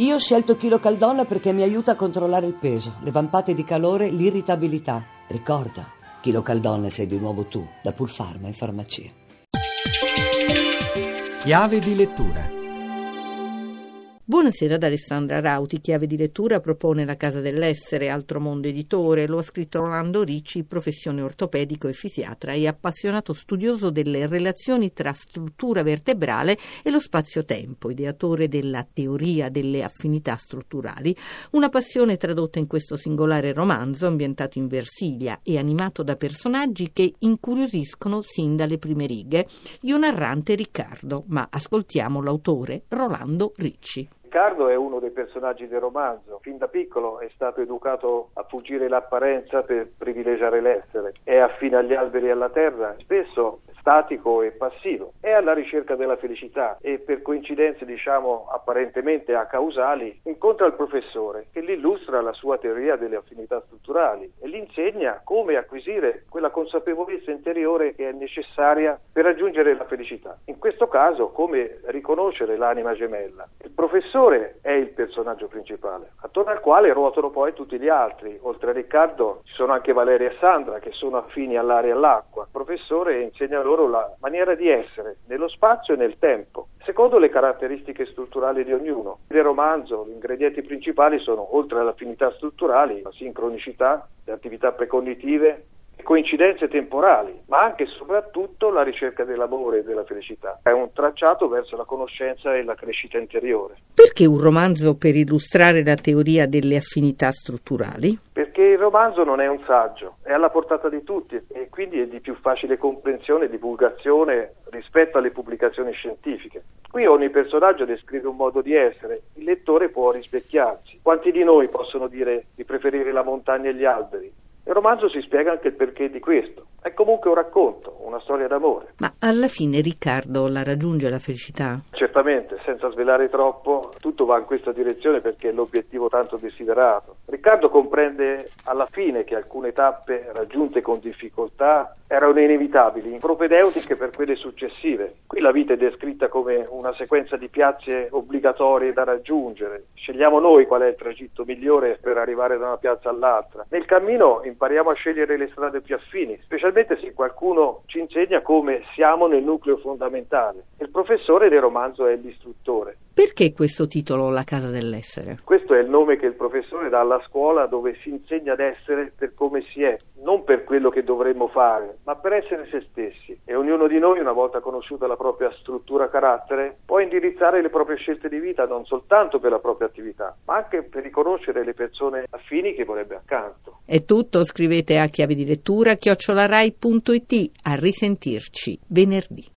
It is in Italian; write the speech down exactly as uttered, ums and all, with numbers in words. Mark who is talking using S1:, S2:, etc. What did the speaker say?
S1: Io ho scelto Kilocaldon perché mi aiuta a controllare il peso, le vampate di calore, l'irritabilità. Ricorda, Kilocaldon sei di nuovo tu, da Pulpharma in farmacia.
S2: Chiave di lettura.
S3: Buonasera ad Alessandra Rauti. Chiave di lettura propone La Casa dell'Essere, Altro Mondo Editore. Lo ha scritto Rolando Ricci, professione ortopedico e fisiatra e appassionato studioso delle relazioni tra struttura vertebrale e lo spazio-tempo, ideatore della teoria delle affinità strutturali, una passione tradotta in questo singolare romanzo ambientato in Versilia e animato da personaggi che incuriosiscono sin dalle prime righe. Io narrante Riccardo, ma ascoltiamo l'autore Rolando Ricci.
S4: Riccardo è uno dei personaggi del romanzo. Fin da piccolo è stato educato a fuggire l'apparenza per privilegiare l'essere. È affine agli alberi e alla terra, spesso statico e passivo. È alla ricerca della felicità e per coincidenze, diciamo, apparentemente acausali, incontra il professore che gli illustra la sua teoria delle affinità strutturali e gli insegna come acquisire quella consapevolezza interiore che è necessaria per raggiungere la felicità. In questo caso, come riconoscere l'anima gemella. Il professore è il personaggio principale, attorno al quale ruotano poi tutti gli altri. Oltre a Riccardo ci sono anche Valeria e Sandra, che sono affini all'aria e all'acqua. Il professore insegna loro la maniera di essere nello spazio e nel tempo, secondo le caratteristiche strutturali di ognuno. Nel romanzo gli ingredienti principali sono, oltre alle affinità strutturali, la sincronicità, le attività precognitive, coincidenze temporali, ma anche e soprattutto la ricerca dell'amore e della felicità. È un tracciato verso la conoscenza e la crescita interiore.
S3: Perché un romanzo per illustrare la teoria delle affinità strutturali?
S4: Perché il romanzo non è un saggio, è alla portata di tutti e quindi è di più facile comprensione e divulgazione rispetto alle pubblicazioni scientifiche. Qui ogni personaggio descrive un modo di essere, il lettore può rispecchiarsi. Quanti di noi possono dire di preferire la montagna e gli alberi? Il romanzo si spiega anche il perché di questo. È comunque un racconto, una storia d'amore.
S3: Ma alla fine Riccardo la raggiunge la felicità?
S4: Certamente, senza svelare troppo, tutto va in questa direzione perché è l'obiettivo tanto desiderato. Riccardo comprende alla fine che alcune tappe raggiunte con difficoltà erano inevitabili, propedeutiche per quelle successive. Qui la vita è descritta come una sequenza di piazze obbligatorie da raggiungere. Scegliamo noi qual è il tragitto migliore per arrivare da una piazza all'altra. Nel cammino impariamo a scegliere le strade più affini, specialmente se qualcuno ci insegna come siamo nel nucleo fondamentale. Il professore del romanzo è l'istruttore.
S3: Perché questo titolo, La Casa dell'Essere?
S4: Questo è il nome che il professore dà alla scuola dove si insegna ad essere per come si è, non per quello che dovremmo fare, ma per essere se stessi. E ognuno di noi, una volta conosciuta la propria struttura carattere, può indirizzare le proprie scelte di vita non soltanto per la propria attività, ma anche per riconoscere le persone affini che vorrebbe accanto.
S3: È tutto, scrivete a chiave di lettura chiocciola rai punto it. A risentirci venerdì.